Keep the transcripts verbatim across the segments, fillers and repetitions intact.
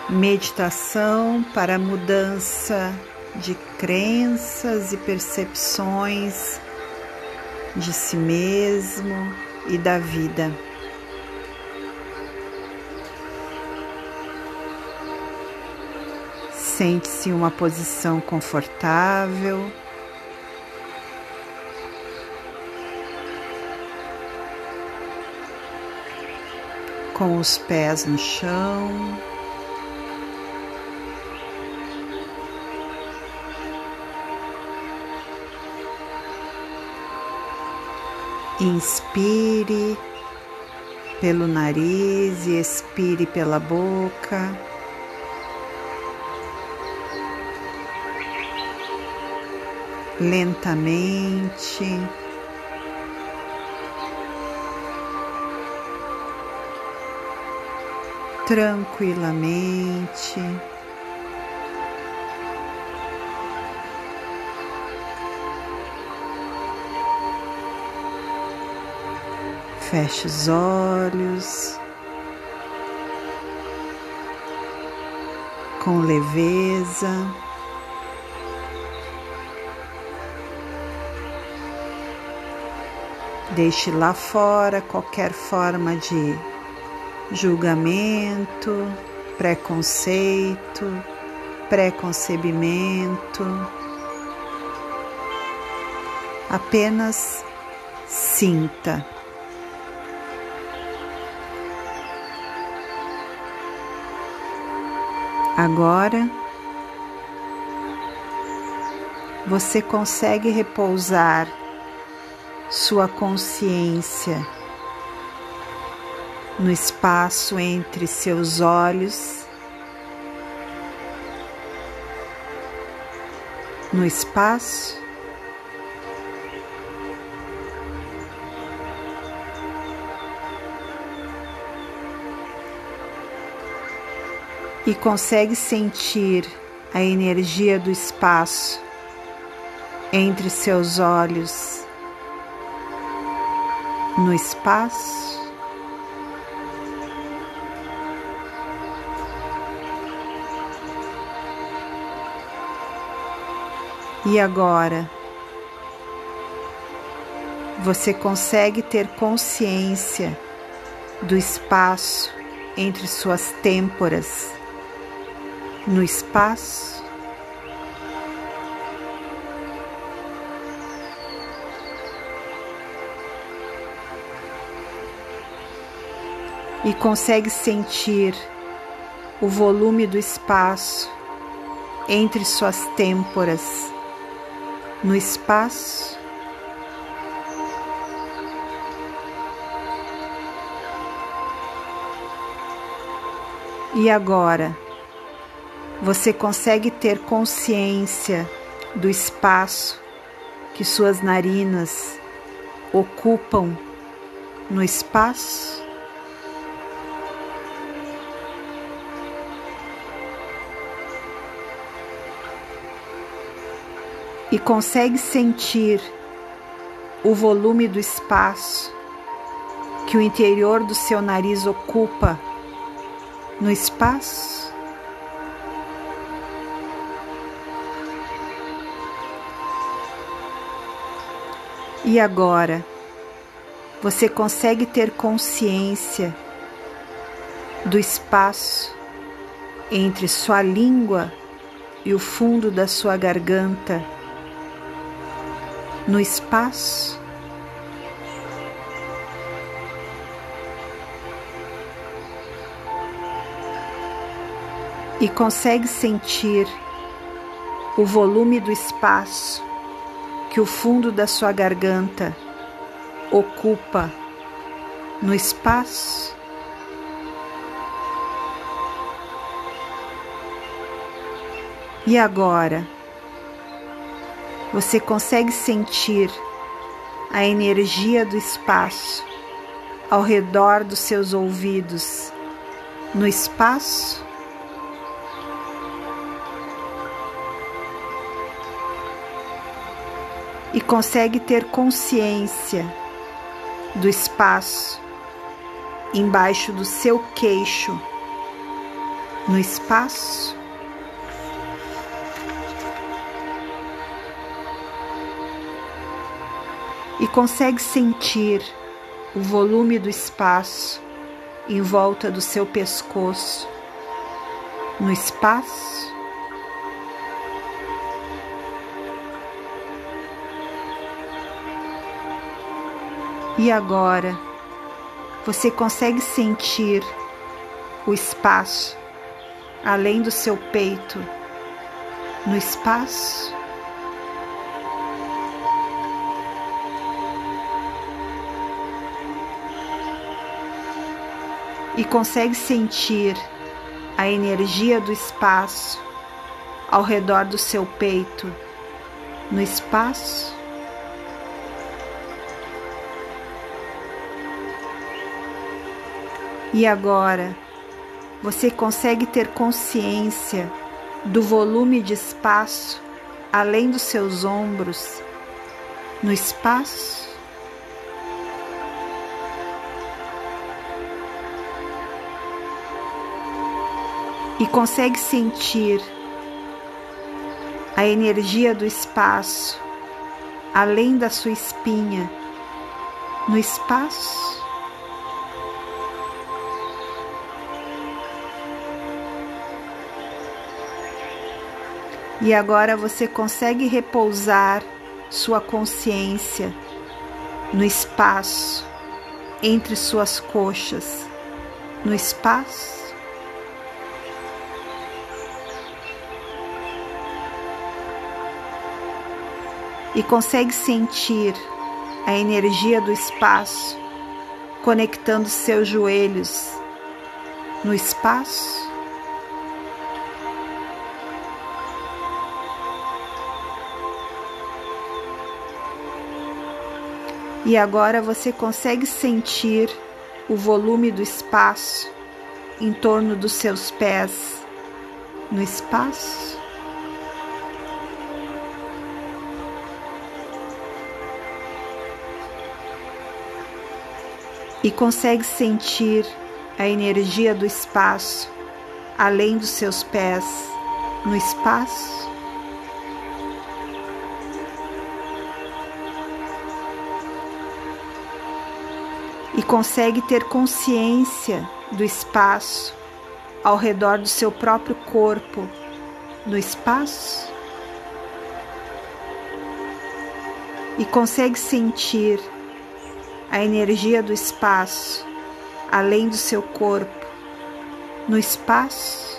Meditação para mudança de crenças e percepções de si mesmo e da vida. Sente-se em uma posição confortável. Com os pés no chão. Inspire pelo nariz e expire pela boca. Lentamente. Tranquilamente. Feche os olhos com leveza. Deixe lá fora qualquer forma de julgamento, preconceito, preconcebimento. Apenas sinta. Agora, você consegue repousar sua consciência no espaço entre seus olhos, no espaço e consegue sentir a energia do espaço entre seus olhos, no espaço. E agora, você consegue ter consciência do espaço entre suas têmporas, no espaço. E consegue sentir o volume do espaço entre suas têmporas, no espaço. E agora, você consegue ter consciência do espaço que suas narinas ocupam no espaço? E consegue sentir o volume do espaço que o interior do seu nariz ocupa no espaço? E agora, você consegue ter consciência do espaço entre sua língua e o fundo da sua garganta, no espaço? E consegue sentir o volume do espaço que o fundo da sua garganta ocupa no espaço? E agora, você consegue sentir a energia do espaço ao redor dos seus ouvidos, no espaço? E consegue ter consciência do espaço embaixo do seu queixo, no espaço. E consegue sentir o volume do espaço em volta do seu pescoço, no espaço. E agora você consegue sentir o espaço além do seu peito, no espaço. E consegue sentir a energia do espaço ao redor do seu peito, no espaço. E agora você consegue ter consciência do volume de espaço além dos seus ombros, no espaço. E consegue sentir a energia do espaço além da sua espinha, no espaço. E agora você consegue repousar sua consciência no espaço entre suas coxas, no espaço. E consegue sentir a energia do espaço conectando seus joelhos no espaço. E agora você consegue sentir o volume do espaço em torno dos seus pés, no espaço. E consegue sentir a energia do espaço além dos seus pés, no espaço. E consegue ter consciência do espaço ao redor do seu próprio corpo, no espaço. E consegue sentir a energia do espaço além do seu corpo, no espaço.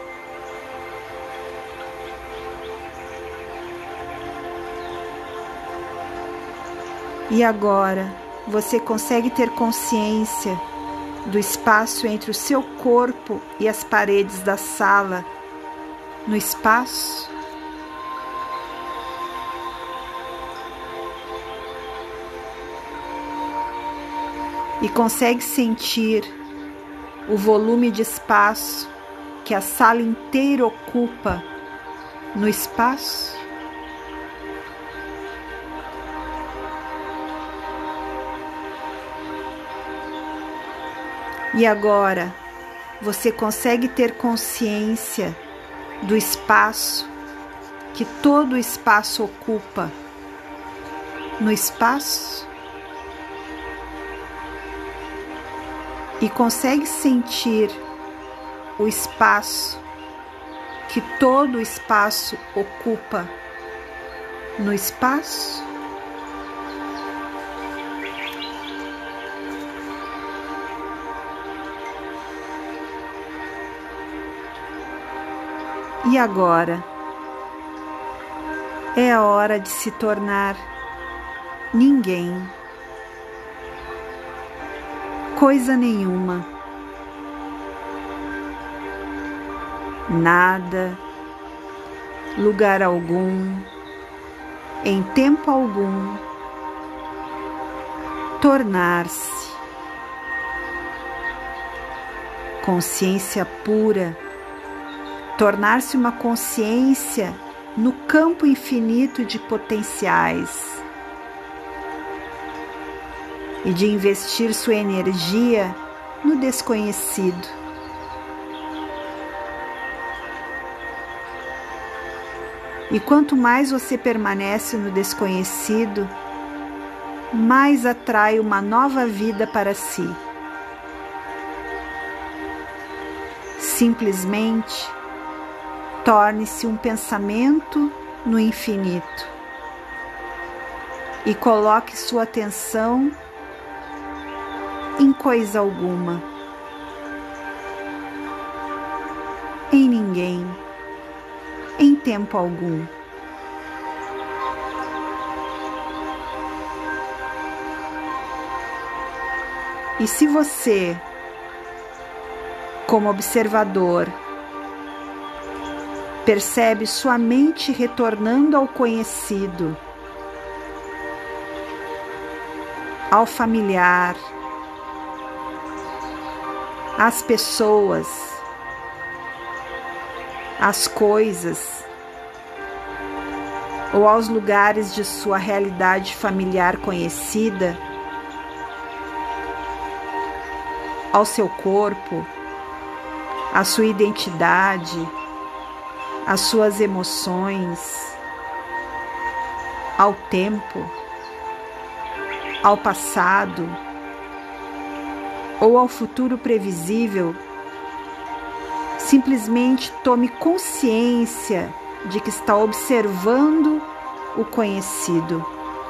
E agora você consegue ter consciência do espaço entre o seu corpo e as paredes da sala, no espaço. E consegue sentir o volume de espaço que a sala inteira ocupa no espaço. E agora você consegue ter consciência do espaço que todo o espaço ocupa no espaço. E consegue sentir o espaço que todo o espaço ocupa no espaço. E agora é a hora de se tornar ninguém. Coisa nenhuma, nada, lugar algum, em tempo algum, tornar-se consciência pura, tornar-se uma consciência no campo infinito de potenciais, e de investir sua energia no desconhecido. E quanto mais você permanece no desconhecido, mais atrai uma nova vida para si. Simplesmente torne-se um pensamento no infinito e coloque sua atenção em coisa alguma, em ninguém, em tempo algum. E se você, como observador, percebe sua mente retornando ao conhecido, ao familiar, às pessoas, às coisas ou aos lugares de sua realidade familiar conhecida, ao seu corpo, à sua identidade, às suas emoções, ao tempo, ao passado ou ao futuro previsível, simplesmente tome consciência de que está observando o conhecido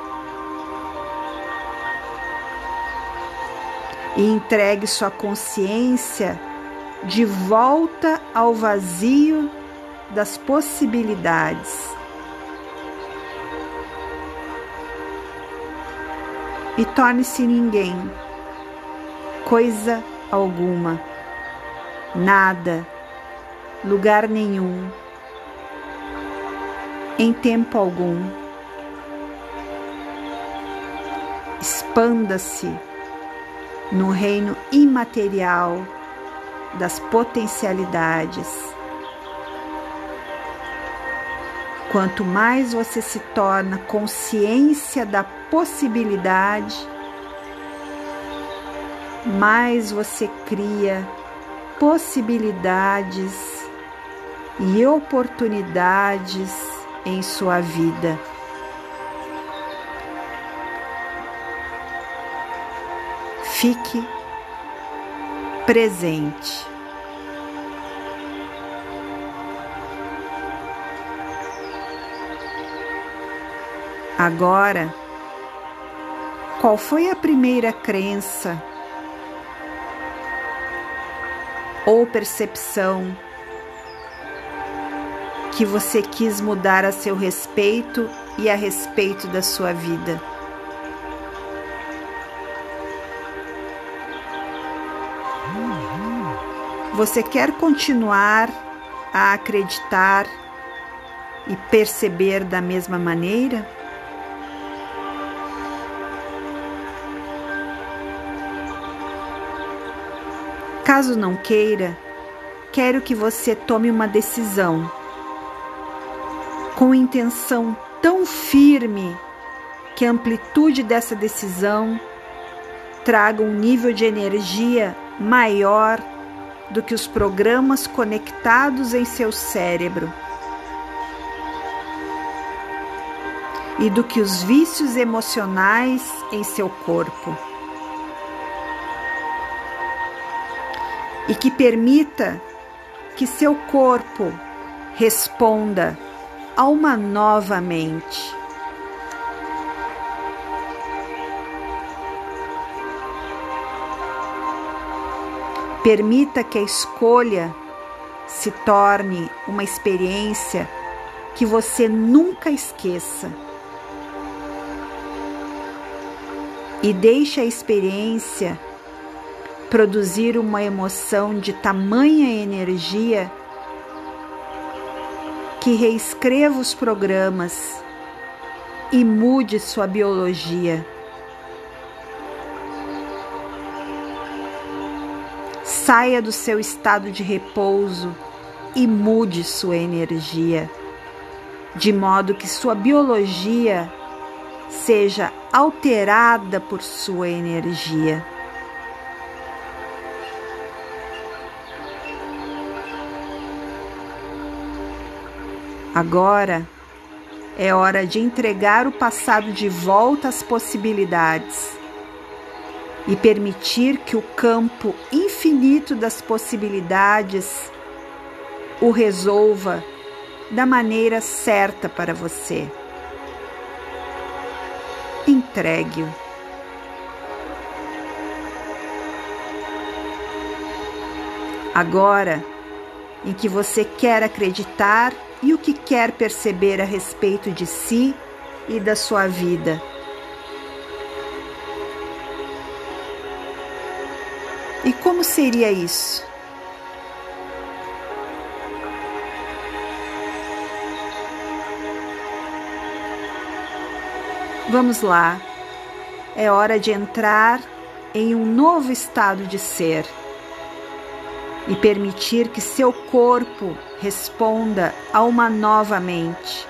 e entregue sua consciência de volta ao vazio das possibilidades. E torne-se ninguém, coisa alguma, nada, lugar nenhum, em tempo algum. Expanda-se no reino imaterial das potencialidades. Quanto mais você se torna consciência da possibilidade, mais você cria possibilidades e oportunidades em sua vida. Fique presente. Agora, qual foi a primeira crença ou percepção que você quis mudar a seu respeito e a respeito da sua vida? Você quer continuar a acreditar e perceber da mesma maneira? Caso não queira, quero que você tome uma decisão com intenção tão firme que a amplitude dessa decisão traga um nível de energia maior do que os programas conectados em seu cérebro e do que os vícios emocionais em seu corpo, e que permita que seu corpo responda a uma nova mente. Permita que a escolha se torne uma experiência que você nunca esqueça. E deixe a experiência produzir uma emoção de tamanha energia que reescreva os programas e mude sua biologia. Saia do seu estado de repouso e mude sua energia, de modo que sua biologia seja alterada por sua energia. Agora, É hora de entregar o passado de volta às possibilidades e permitir que o campo infinito das possibilidades o resolva da maneira certa para você. Entregue-o. Agora, em que você quer acreditar e o que quer perceber a respeito de si e da sua vida. E como seria isso? Vamos lá. É hora de entrar em um novo estado de ser e permitir que seu corpo responda a uma nova mente.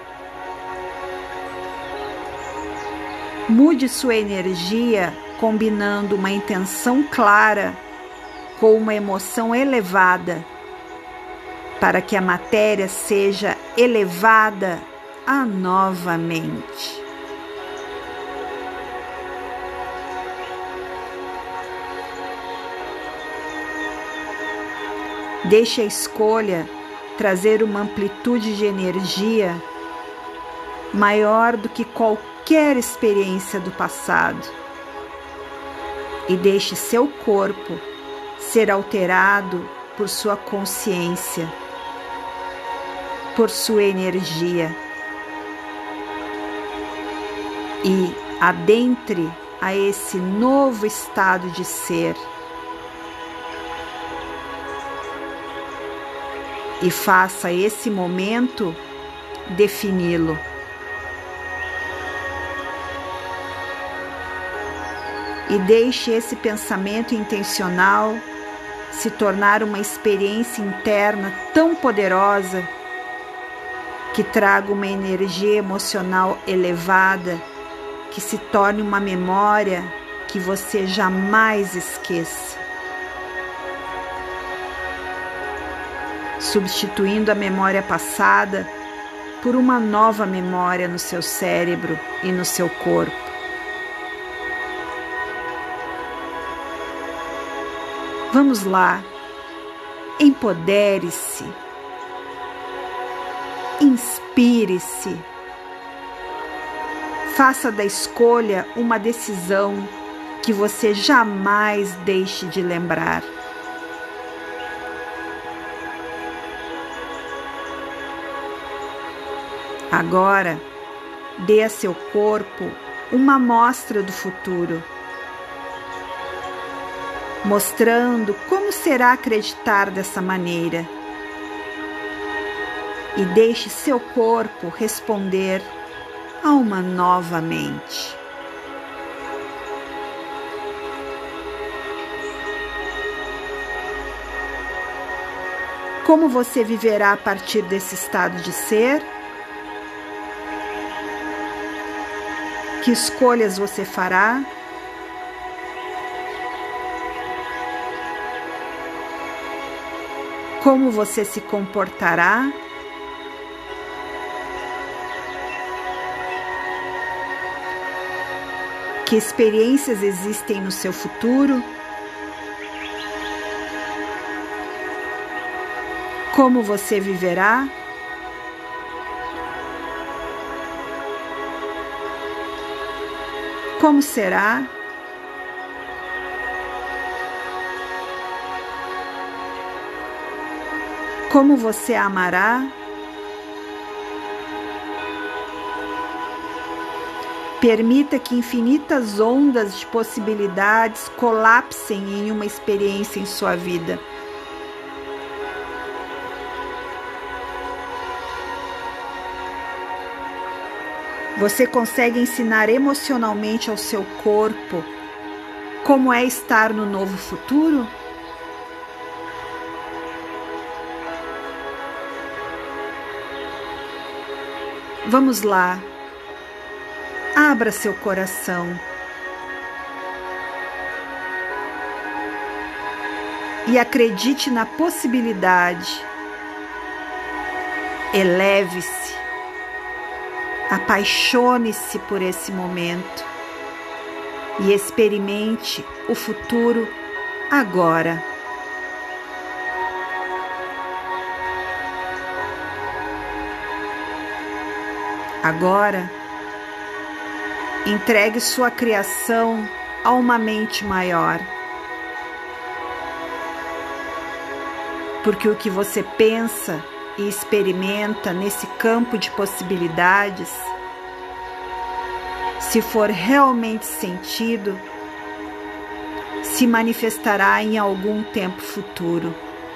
Mude sua energia combinando uma intenção clara com uma emoção elevada, para que a matéria seja elevada a nova mente. Deixe a escolha trazer uma amplitude de energia maior do que qualquer experiência do passado. E deixe seu corpo ser alterado por sua consciência, por sua energia. E adentre a esse novo estado de ser. E faça esse momento defini-lo. E deixe esse pensamento intencional se tornar uma experiência interna tão poderosa que traga uma energia emocional elevada, que se torne uma memória que você jamais esqueça. Substituindo a memória passada por uma nova memória no seu cérebro e no seu corpo. Vamos lá, empodere-se, inspire-se, faça da escolha uma decisão que você jamais deixe de lembrar. Agora, dê a seu corpo uma amostra do futuro, mostrando como será acreditar dessa maneira. E deixe seu corpo responder a uma nova mente. Como você viverá a partir desse estado de ser? Que escolhas você fará? Como você se comportará? Que experiências existem no seu futuro? Como você viverá? Como será? Como você amará? Permita que infinitas ondas de possibilidades colapsem em uma experiência em sua vida. Você consegue ensinar emocionalmente ao seu corpo como é estar no novo futuro? Vamos lá. Abra seu coração. E acredite na possibilidade. Eleve-se. Apaixone-se por esse momento e experimente o futuro agora. Agora, entregue sua criação a uma mente maior. Porque o que você pensa e experimenta nesse campo de possibilidades, se for realmente sentido, se manifestará em algum tempo futuro.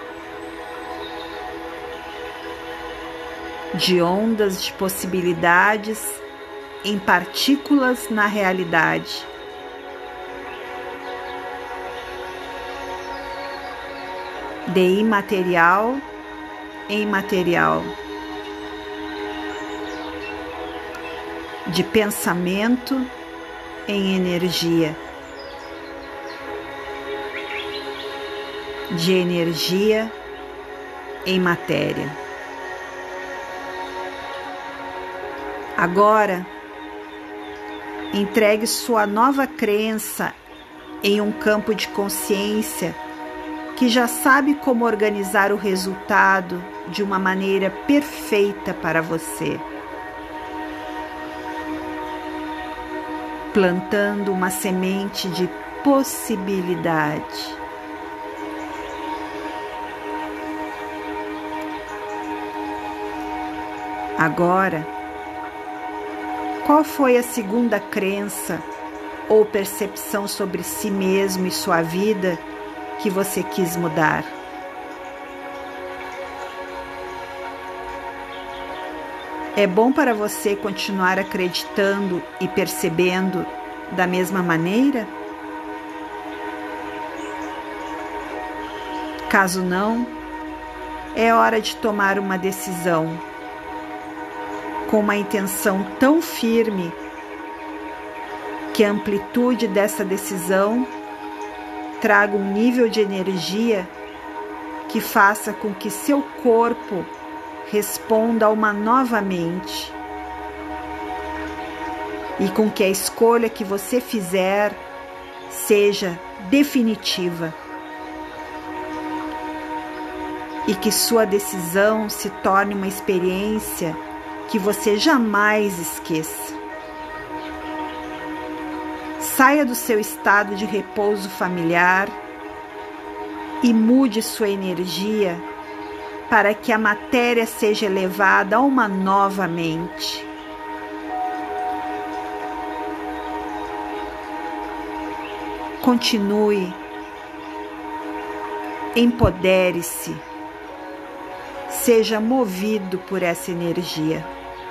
De ondas de possibilidades em partículas na realidade. De imaterial em material. De pensamento em energia. De energia em matéria. Agora, entregue sua nova crença em um campo de consciência que já sabe como organizar o resultado de uma maneira perfeita para você, plantando uma semente de possibilidade. Agora, qual foi a segunda crença ou percepção sobre si mesmo e sua vida que você quis mudar? É bom para você continuar acreditando e percebendo da mesma maneira? Caso não, é hora de tomar uma decisão com uma intenção tão firme que a amplitude dessa decisão traga um nível de energia que faça com que seu corpo responda a uma nova mente e com que a escolha que você fizer seja definitiva e que sua decisão se torne uma experiência que você jamais esqueça. Saia do seu estado de repouso familiar e mude sua energia para que a matéria seja elevada a uma nova mente. Continue, empodere-se, seja movido por essa energia.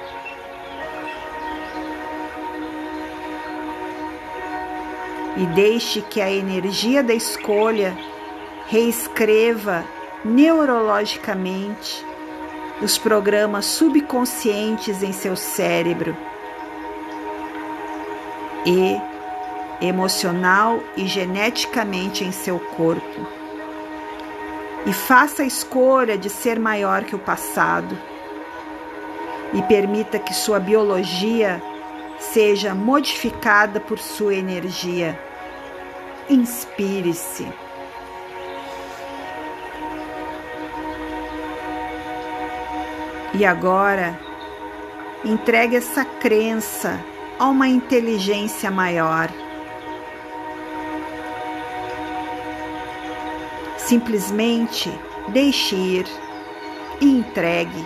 E deixe que a energia da escolha reescreva neurologicamente os programas subconscientes em seu cérebro e emocional e geneticamente em seu corpo. E faça a escolha de ser maior que o passado e permita que sua biologia seja modificada por sua energia. Inspire-se. E agora, entregue essa crença a uma inteligência maior. Simplesmente deixe ir e entregue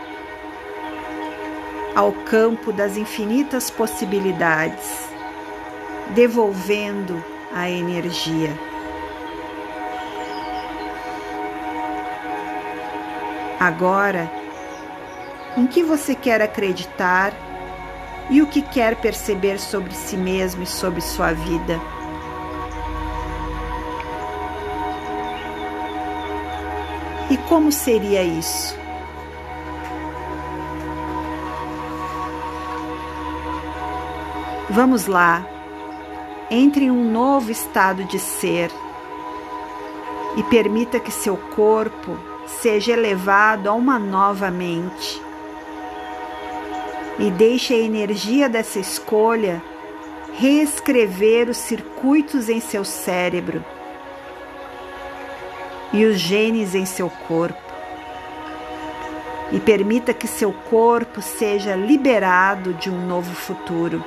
ao campo das infinitas possibilidades, devolvendo a energia. Agora, em que você quer acreditar e o que quer perceber sobre si mesmo e sobre sua vida? E como seria isso? Vamos lá, entre em um novo estado de ser e permita que seu corpo seja elevado a uma nova mente. e deixe a energia dessa escolha reescrever os circuitos em seu cérebro e os genes em seu corpo. E permita que seu corpo seja liberado de um novo futuro.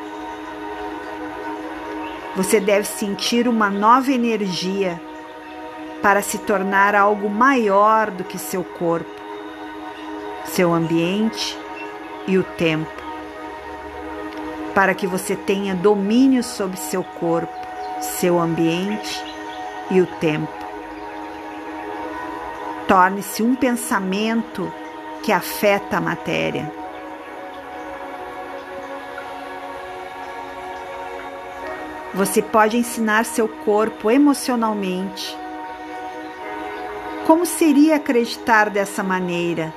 Você deve sentir uma nova energia para se tornar algo maior do que seu corpo, seu ambiente e o tempo, para que você tenha domínio sobre seu corpo, seu ambiente e o tempo. Torne-se um pensamento que afeta a matéria. Você pode ensinar seu corpo emocionalmente. Como seria acreditar dessa maneira?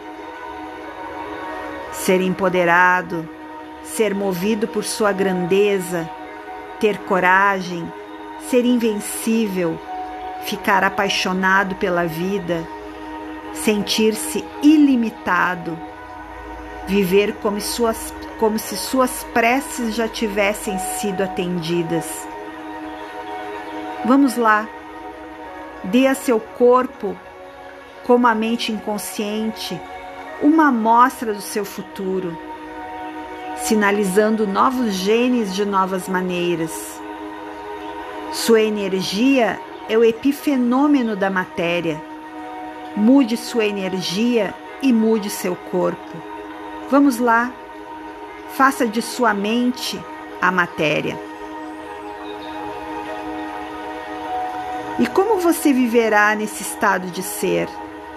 Ser empoderado, ser movido por sua grandeza, ter coragem, ser invencível, ficar apaixonado pela vida, sentir-se ilimitado, viver como, suas, como se suas preces já tivessem sido atendidas. Vamos lá, dê a seu corpo, como a mente inconsciente, uma amostra do seu futuro, sinalizando novos genes de novas maneiras. Sua energia é o epifenômeno da matéria. Mude sua energia e mude seu corpo. Vamos lá, faça de sua mente a matéria. E como você viverá nesse estado de ser?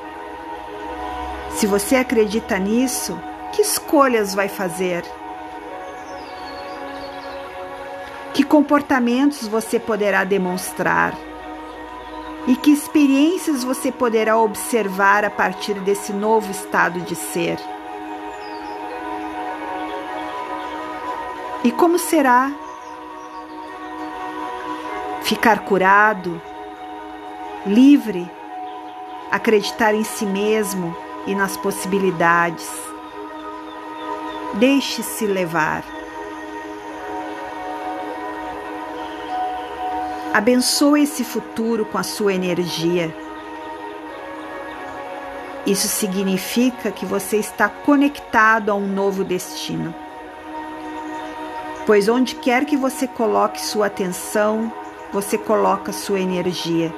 Se você acredita nisso, que escolhas vai fazer? Que comportamentos você poderá demonstrar? E que experiências você poderá observar a partir desse novo estado de ser? E como será? Ficar curado, livre, acreditar em si mesmo e nas possibilidades. Deixe-se levar. Abençoe esse futuro com a sua energia. Isso significa que você está conectado a um novo destino. Pois onde quer que você coloque sua atenção, você coloca sua energia.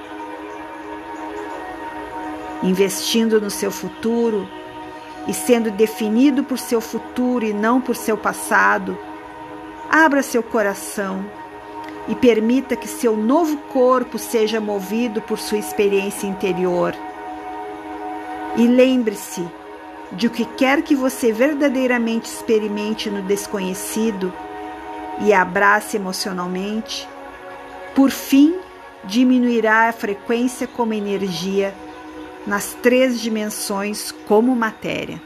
Investindo no seu futuro e sendo definido por seu futuro e não por seu passado, abra seu coração e permita que seu novo corpo seja movido por sua experiência interior. E lembre-se de o que quer que você verdadeiramente experimente no desconhecido e abrace emocionalmente, por fim diminuirá a frequência como energia nas três dimensões como matéria.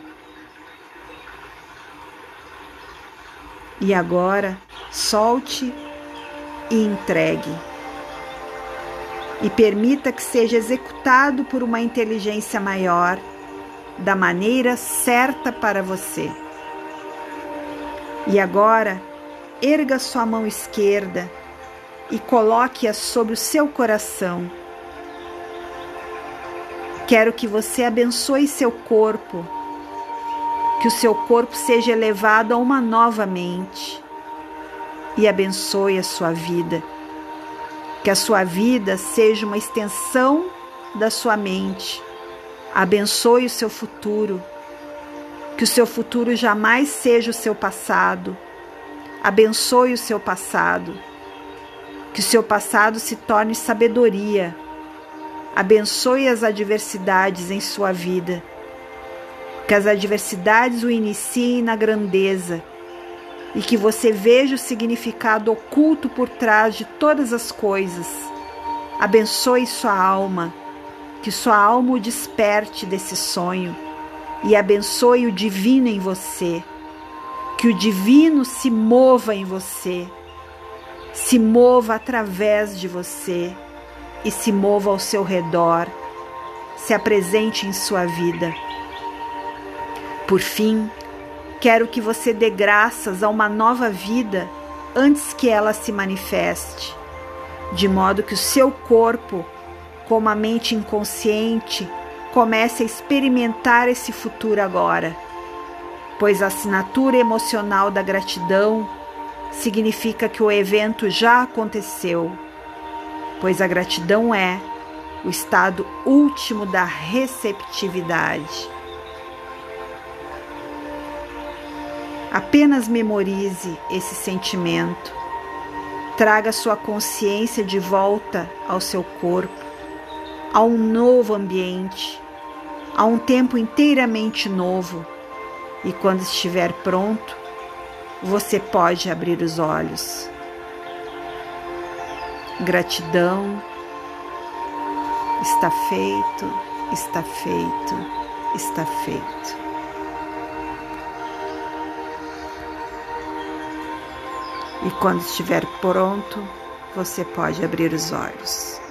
E agora, solte e entregue. E permita que seja executado por uma inteligência maior, da maneira certa para você. E agora, erga sua mão esquerda e coloque-a sobre o seu coração. Quero que você abençoe seu corpo, que o seu corpo seja elevado a uma nova mente e abençoe a sua vida. Que a sua vida seja uma extensão da sua mente. Abençoe o seu futuro. Que o seu futuro jamais seja o seu passado. Abençoe o seu passado. Que o seu passado se torne sabedoria. Abençoe as adversidades em sua vida. Que as adversidades o iniciem na grandeza e que você veja o significado oculto por trás de todas as coisas. Abençoe sua alma, que sua alma o desperte desse sonho e abençoe o divino em você. Que o divino se mova em você, se mova através de você e se mova ao seu redor, se apresente em sua vida. Por fim, Quero que você dê graças a uma nova vida antes que ela se manifeste, de modo que o seu corpo, como a mente inconsciente, comece a experimentar esse futuro agora, pois a assinatura emocional da gratidão significa que o evento já aconteceu, pois a gratidão é o estado último da receptividade. Apenas memorize esse sentimento. Traga sua consciência de volta ao seu corpo, a um novo ambiente, a um tempo inteiramente novo. E quando estiver pronto, você pode abrir os olhos. Gratidão. Está feito, está feito, está feito. E quando estiver pronto, você pode abrir os olhos.